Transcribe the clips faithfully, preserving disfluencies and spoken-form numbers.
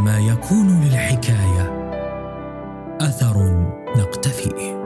عندما يكون للحكاية أثر نقتفيه.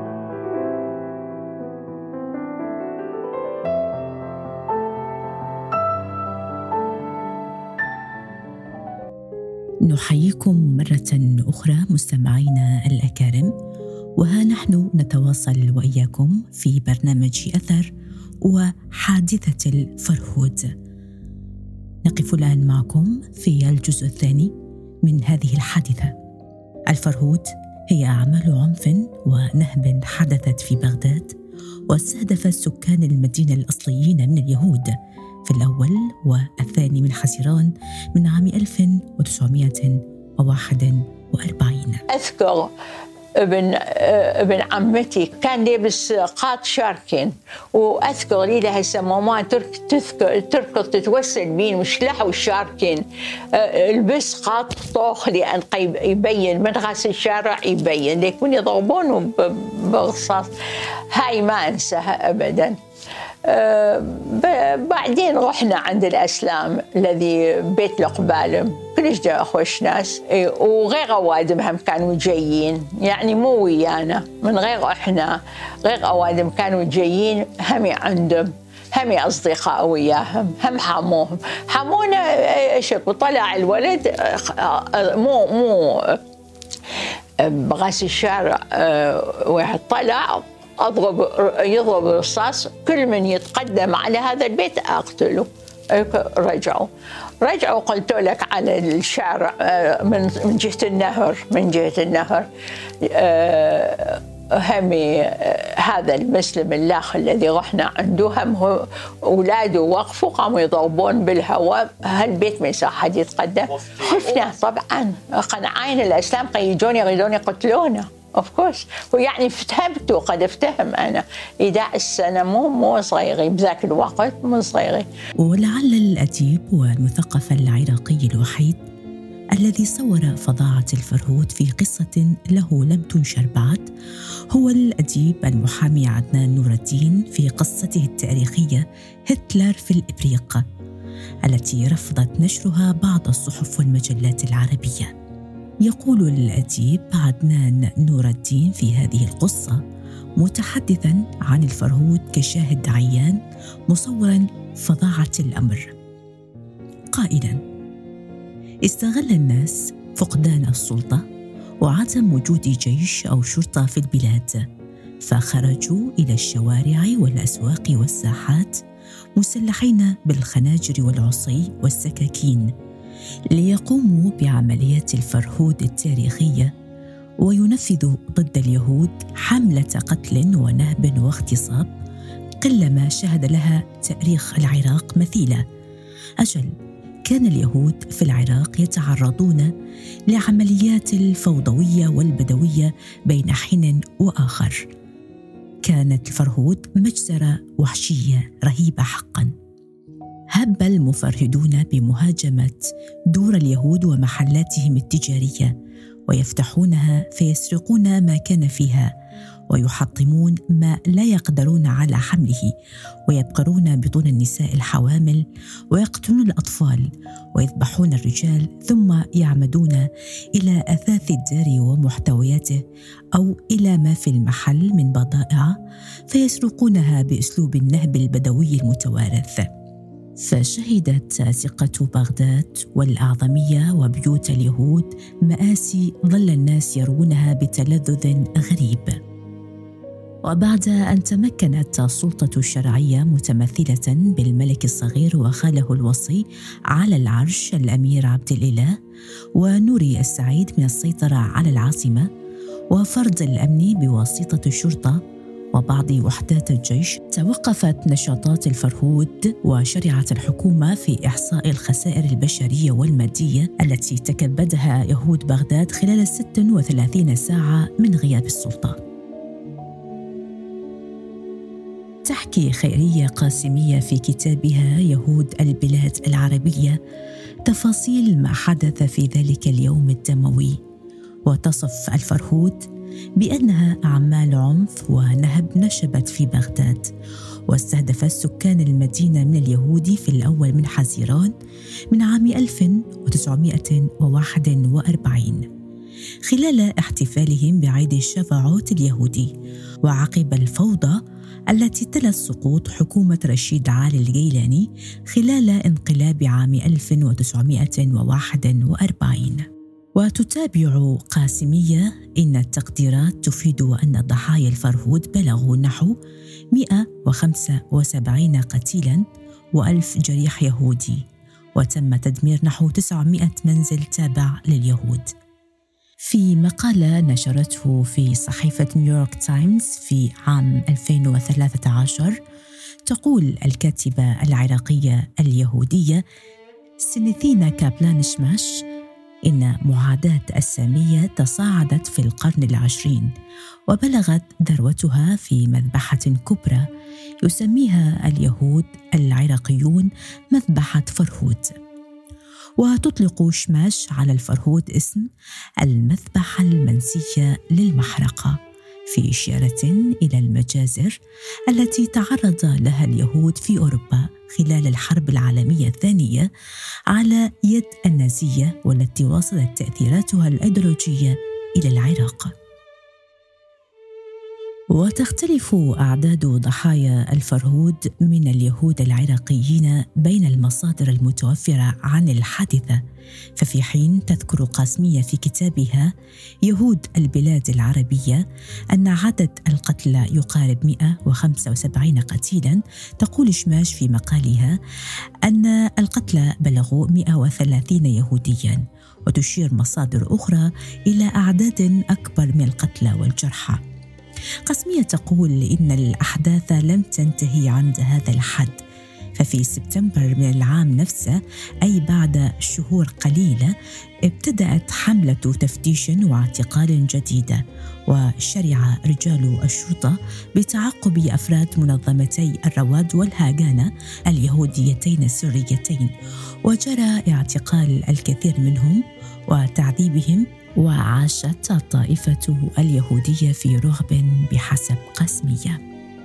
نحييكم مرة أخرى مستمعينا الأكارم، وها نحن نتواصل وإياكم في برنامج أثر وحادثة الفرهود. نقف الآن معكم في الجزء الثاني من هذه الحادثة. الفرهود هي أعمال عنف ونهب حدثت في بغداد، واستهدفت سكان المدينة الأصليين من اليهود في الأول والثاني من حزيران من عام ألف وتسعمائة وواحد وأربعين. أذكر ابن ابن عمتي كان لابس قاط شاركين، واذكر لي لها سماما ترك تذكر تركض تتوسل بين وشلح والشاركين البس قاط طوخ لان يبين من غاس الشارع يبين ليكون يضربونه برصاص. هاي ما انساها ابدا. أه بعدين رحنا عند الأسلام الذي بيت القبالم، كلش جا أخوش ناس وغير أوادم هم كانوا جايين، يعني مو ويانا من غير إحنا، غير أوادم كانوا جايين همي عندهم، همي أصدقاء وياهم، هم حموهم حمونا شكو. طلع الولد مو مو بغاس الشارع، واحد طلع أضرب يضرب رصاص، كل من يتقدم على هذا البيت أقتله. رجعوا رجعوا قلت لك على الشارع من من جهة النهر من جهة النهر همي هذا المسلم اللاخ الذي رحنا عنده، هم أولاده وقفوا قاموا يضربون بالهواء، هالبيت ما يصح حد يتقدم. خفنا طبعا، قنعين الأسلام قيجون يريدون يقتلونا. of course. ويعني افتهمت وقد افتهم أنا إذا السنة مو مو صغيري بذاك الوقت، مو صغيري. ولعل الأديب والمثقف العراقي الوحيد الذي صور فظاعة الفرهود في قصة له لم تنشر بعد هو الأديب المحامي عدنان نور الدين في قصته التاريخية هتلر في الإبريق، التي رفضت نشرها بعض الصحف والمجلات العربية. يقول الأديب عدنان نور الدين في هذه القصة متحدثاً عن الفرهود كشاهد عيان مصوراً فظاعة الأمر قائلاً: استغل الناس فقدان السلطة وعدم وجود جيش أو شرطة في البلاد، فخرجوا إلى الشوارع والأسواق والساحات مسلحين بالخناجر والعصي والسكاكين ليقوموا بعمليات الفرهود التاريخية، وينفذوا ضد اليهود حملة قتل ونهب واغتصاب قلما شهد لها تاريخ العراق مثيلة. أجل، كان اليهود في العراق يتعرضون لعمليات الفوضوية والبدوية بين حين وآخر. كانت الفرهود مجزرة وحشية رهيبة حقاً. هب المفرهدون بمهاجمة دور اليهود ومحلاتهم التجارية، ويفتحونها فيسرقون ما كان فيها، ويحطمون ما لا يقدرون على حمله، ويبقرون بطون النساء الحوامل، ويقتلون الأطفال، ويذبحون الرجال، ثم يعمدون إلى أثاث الدار ومحتوياته أو إلى ما في المحل من بضائع فيسرقونها بأسلوب النهب البدوي المتوارث. فشهدت ثقة بغداد والأعظمية وبيوت اليهود مآسي ظل الناس يرونها بتلذذ غريب. وبعد أن تمكنت السلطة الشرعية متمثلة بالملك الصغير وخاله الوصي على العرش الأمير عبد الإله ونوري السعيد من السيطرة على العاصمة وفرض الأمن بواسطة الشرطة وبعض وحدات الجيش، توقفت نشاطات الفرهود وشرعت الحكومة في إحصاء الخسائر البشرية والمادية التي تكبدها يهود بغداد خلال ست وثلاثين ساعة من غياب السلطة. تحكي خيرية قاسمية في كتابها يهود البلاد العربية تفاصيل ما حدث في ذلك اليوم الدموي، وتصف الفرهود بأنها أعمال عنف ونهب نشبت في بغداد، واستهدفت سكان المدينة من اليهود في الأول من حزيران من عام ألف وتسعمائة وواحد وأربعين خلال احتفالهم بعيد الشفاعوت اليهودي، وعقب الفوضى التي تلت سقوط حكومة رشيد علي الجيلاني خلال انقلاب عام ألف وتسعمائة وواحد وأربعين. وتتابع قاسمية إن التقديرات تفيد أن ضحايا الفرهود بلغوا نحو مئة وخمسة وسبعين قتيلاً وألف جريح يهودي، وتم تدمير نحو تسعمائة منزل تابع لليهود. في مقالة نشرته في صحيفة نيويورك تايمز في عام ألفين وثلاثة عشر، تقول الكاتبة العراقية اليهودية سينثينا كابلان شماش إن معاداة السامية تصاعدت في القرن العشرين، وبلغت ذروتها في مذبحة كبرى يسميها اليهود العراقيون مذبحة فرهود. وتطلق شماش على الفرهود اسم المذبحة المنسية للمحرقة، في إشارة إلى المجازر التي تعرض لها اليهود في أوروبا خلال الحرب العالمية الثانية على يد النازية، والتي وصلت تأثيراتها الأيديولوجية إلى العراق. وتختلف أعداد ضحايا الفرهود من اليهود العراقيين بين المصادر المتوفرة عن الحادثة، ففي حين تذكر قاسمية في كتابها يهود البلاد العربية أن عدد القتلى يقارب مئة وخمسة وسبعين قتيلاً، تقول شماش في مقالها أن القتلى بلغوا مئة وثلاثين يهودياً، وتشير مصادر أخرى إلى أعداد أكبر من القتلى والجرحى. قاسمية تقول إن الأحداث لم تنتهي عند هذا الحد، ففي سبتمبر من العام نفسه، أي بعد شهور قليلة، ابتدأت حملة تفتيش واعتقال جديدة، وشرع رجال الشرطة بتعقب أفراد منظمتي الرواد والهاغانا اليهوديتين السريتين، وجرى اعتقال الكثير منهم وتعذيبهم، وعاشت الطائفة اليهودية في رعب بحسب قاسمية.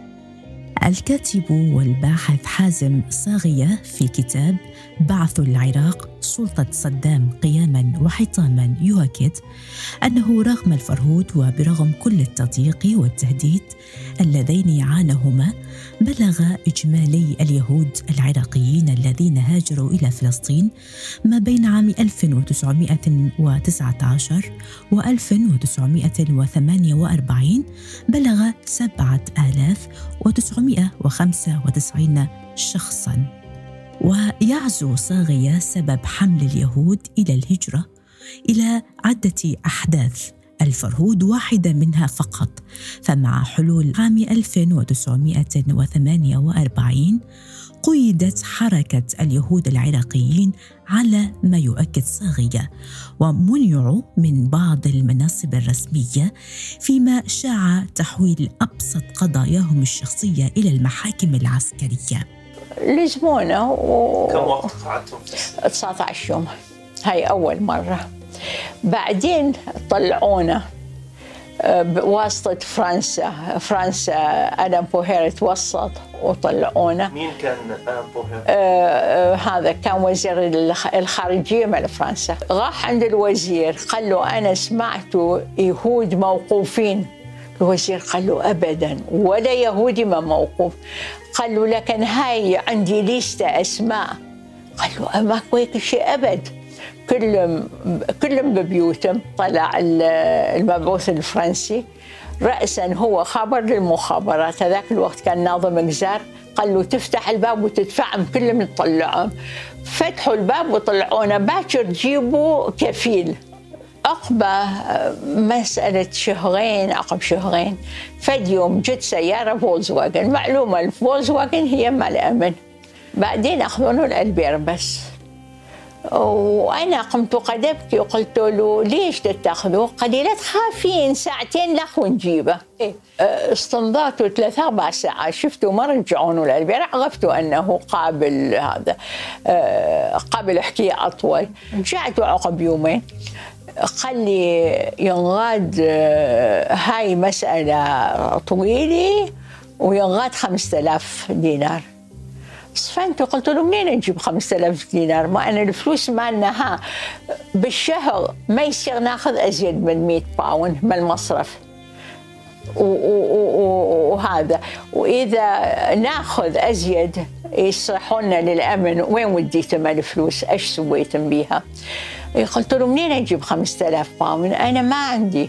الكاتب والباحث حازم صاغية في كتاب بعث العراق سلطة صدام قياما وحطاما يؤكد أنه رغم الفرهود وبرغم كل التضييق والتهديد اللذين عانهما، بلغ إجمالي اليهود العراقيين الذين هاجروا إلى فلسطين ما بين عام ألف وتسعمائة وتسعة عشر و ألف وتسعمائة وثمانية وأربعين بلغ سبعة آلاف وتسعمائة وخمسة وتسعين شخصاً. ويعزو صاغية سبب حمل اليهود إلى الهجرة إلى عدة أحداث، الفرهود واحدة منها فقط. فمع حلول عام ألف وتسعمائة وثمانية وأربعين قيدت حركة اليهود العراقيين على ما يؤكد صاغية، ومنعوا من بعض المناصب الرسمية، فيما شاع تحويل أبسط قضاياهم الشخصية إلى المحاكم العسكرية. لزمونا و... كم وقت قعدتم؟ تسعة عشر يوم، هاي أول مرة. بعدين طلعونا بواسطة فرنسا، فرنسا ألان بوهير توسط وطلعونا. مين كان ألان بوهير؟ آه هذا كان وزير الخارجية مال فرنسا. راح عند الوزير قال له أنا سمعت يهود موقوفين. الوزير قال له أبداً ولا يهودي ما موقوف. قال له لكن هاي عندي ليستة أسماء. قال له ماكو هيك شيء أبد، كلهم كلهم ببيوتهم. طلع المبعوث الفرنسي رأساً هو خبر للمخابرات، هذاك الوقت كان ناظم جزار، قال له تفتح الباب وتدفعهم كلهم تطلعهم. فتحوا الباب وطلعونا، باكر جيبوا كفيل. عقبة مسألة شهرين، عقب شهرين فد يوم جت سيارة فولكسواجن، معلومة الفولكسواجن هي مال أمن. بعدين أخذونه الألبير بس، وأنا قمت قد أبكي وقلت له ليش تتخذوه؟ قال لي لا تخافين ساعتين لخ ونجيبه. استنظرته ثلاث أربع ساعات، شفته ما رجعونه الألبير، عرفت أنه قابل هذا قابل حكي أطول. رجعت عقب يومين قال لي ينغاد هاي مسألة طويلة وينغاد خمسة آلاف دينار. صفنت وقلت له منين نجيب خمسة آلاف دينار؟ ما أنا الفلوس مالنا ها بالشهر ما يصير ناخذ أزيد من مئة باون من المصرف وهذا، وإذا ناخذ أزيد يصرحونا للأمن وين وديتم الفلوس؟ إيش سويتم بيها؟ قلت له منين أجيب خمسة آلاف باون؟ أنا ما عندي.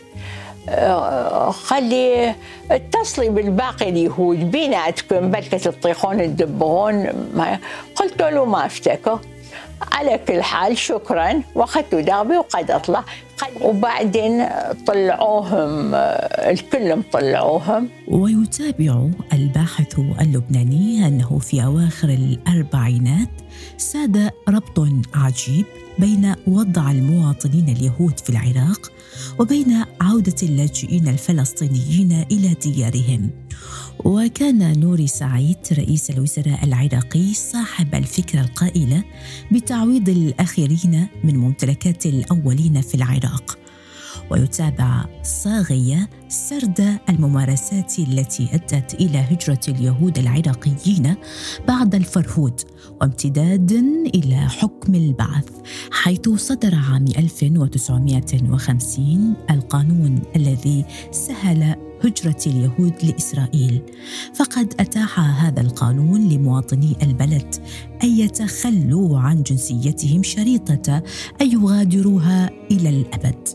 خلي اتصلي بالباقي اليهود بيناتكم بلكة تطيقون تدبرون. قلت له ما افتكر. على كل حال شكرا، واخذت دربي وقد اطلع. وبعدين طلعوهم الكل طلعوهم. ويتابع الباحث اللبناني أنه في أواخر الأربعينات ساد ربط عجيب بين وضع المواطنين اليهود في العراق وبين عودة اللاجئين الفلسطينيين إلى ديارهم. وكان نوري سعيد رئيس الوزراء العراقي صاحب الفكرة القائلة بتعويض الأخيرين من ممتلكات الأولين في العراق. ويتابع صاغية سرد الممارسات التي أدت إلى هجرة اليهود العراقيين بعد الفرهود وامتداد إلى حكم البعث، حيث صدر عام ألف وتسعمائة وخمسين القانون الذي سهل هجرة اليهود لإسرائيل. فقد أتاح هذا القانون لمواطني البلد أن يتخلوا عن جنسيتهم شريطة أن يغادروها إلى الأبد.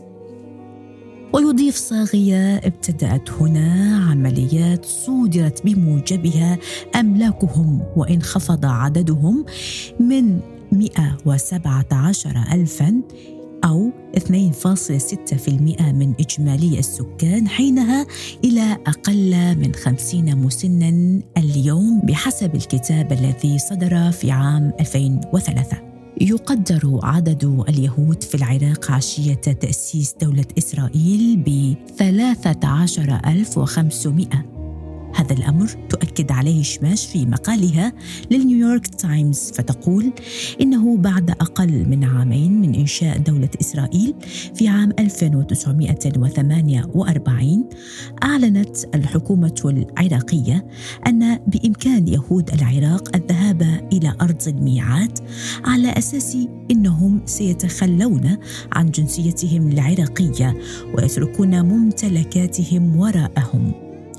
ويضيف صاغية ابتدأت هنا عمليات صودرت بموجبها أملاكهم وإن خفض عددهم من مئة وسبعة عشر ألفاً أو اثنين فاصلة ستة بالمئة من إجمالي السكان حينها إلى أقل من خمسين مسناً اليوم بحسب الكتاب الذي صدر في عام ألفين وثلاثة. يقدر عدد اليهود في العراق عشية تأسيس دولة إسرائيل ب ثلاثة عشر ألف وخمسمائة. هذا الأمر تؤكد عليه شماش في مقالها للنيويورك تايمز، فتقول إنه بعد أقل من عامين من إنشاء دولة إسرائيل في عام ألف وتسعمائة وثمانية وأربعين أعلنت الحكومة العراقية أن بإمكان يهود العراق الذهاب إلى أرض الميعاد على أساس إنهم سيتخلون عن جنسيتهم العراقية ويتركون ممتلكاتهم وراءهم.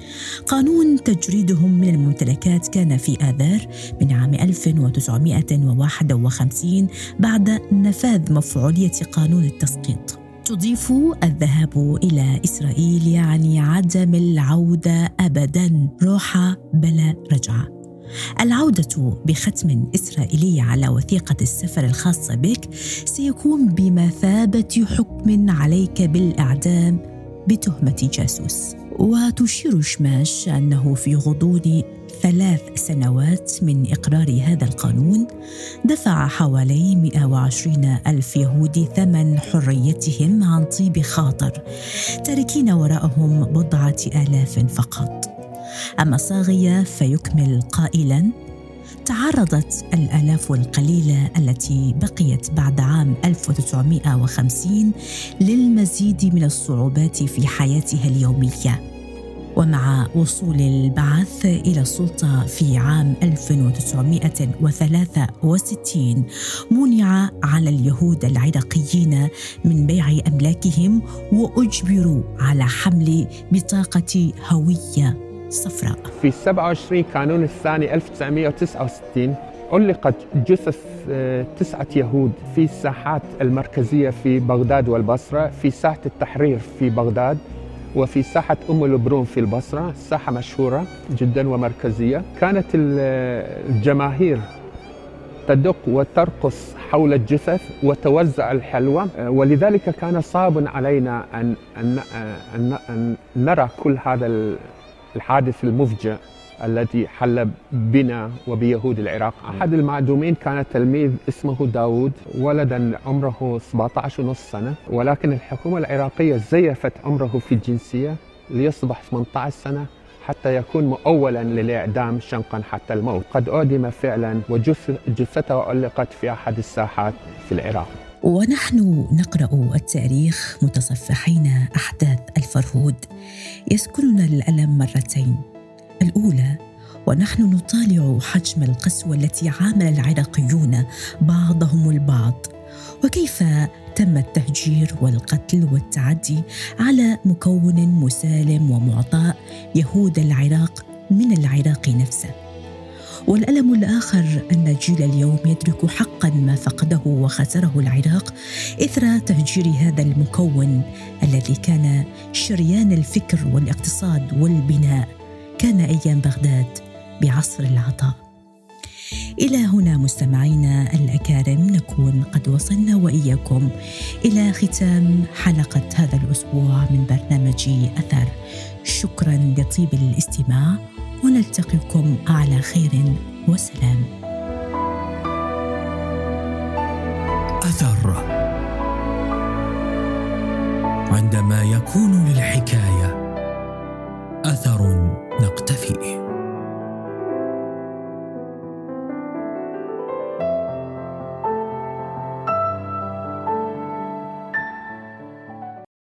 قانون تجريدهم من الممتلكات كان في آذار من عام ألف وتسعمائة وواحد وخمسين بعد نفاذ مفعولية قانون التسقيط. تضيف الذهاب إلى إسرائيل يعني عدم العودة أبداً، راحة بلا رجعة. العودة بختم إسرائيلي على وثيقة السفر الخاصة بك سيكون بمثابة حكم عليك بالإعدام بتهمة جاسوس. وتشير شماش أنه في غضون ثلاث سنوات من إقرار هذا القانون دفع حوالي مئة وعشرين ألف يهودي ثمن حريتهم عن طيب خاطر، تاركين وراءهم بضعة آلاف فقط. أما صاغية فيكمل قائلاً: تعرضت الآلاف القليلة التي بقيت بعد عام ألف وتسعمائة وخمسين للمزيد من الصعوبات في حياتها اليومية. ومع وصول البعث إلى السلطة في عام ألف وتسعمائة وثلاثة وستين منع على اليهود العراقيين من بيع أملاكهم وأجبروا على حمل بطاقة هوية صفراء. في سبعة وعشرين كانون الثاني ألف وتسعمائة وتسعة وستين علقت جثث تسعة يهود في الساحات المركزية في بغداد والبصرة، في ساحة التحرير في بغداد وفي ساحة أم البرون في البصرة، ساحة مشهورة جدا ومركزية. كانت الجماهير تدق وترقص حول الجثث وتوزع الحلوى، ولذلك كان صعب علينا أن, أن, أن, أن نرى كل هذا الحادث المفجع الذي حل بنا وبيهود العراق. أحد المعدومين كان تلميذ اسمه داود، ولدا عمره سبعة عشر ونصف سنة، ولكن الحكومة العراقية زيفت عمره في الجنسية ليصبح ثمانية عشر سنة حتى يكون مؤولا للإعدام شنقا حتى الموت. قد أعدم فعلا وجثته علقت في أحد الساحات في العراق. ونحن نقرأ التاريخ متصفحين أحداث الفرهود يسكننا الألم مرتين. الأولى ونحن نطالع حجم القسوة التي عامل العراقيون بعضهم البعض، وكيف تم التهجير والقتل والتعدي على مكون مسالم ومعطاء يهود العراق من العراق نفسه. والألم الآخر أن جيل اليوم يدرك حقا ما فقده وخسره العراق إثر تهجير هذا المكون الذي كان شريان الفكر والاقتصاد والبناء، كان أيام بغداد بعصر العطاء. إلى هنا مستمعينا الأكارم نكون قد وصلنا وإياكم إلى ختام حلقة هذا الأسبوع من برنامج أثر. شكرا لطيب الاستماع، ونلتقيكم على خير وسلام. أثر، عندما يكون للحكاية أثر نقتفيه.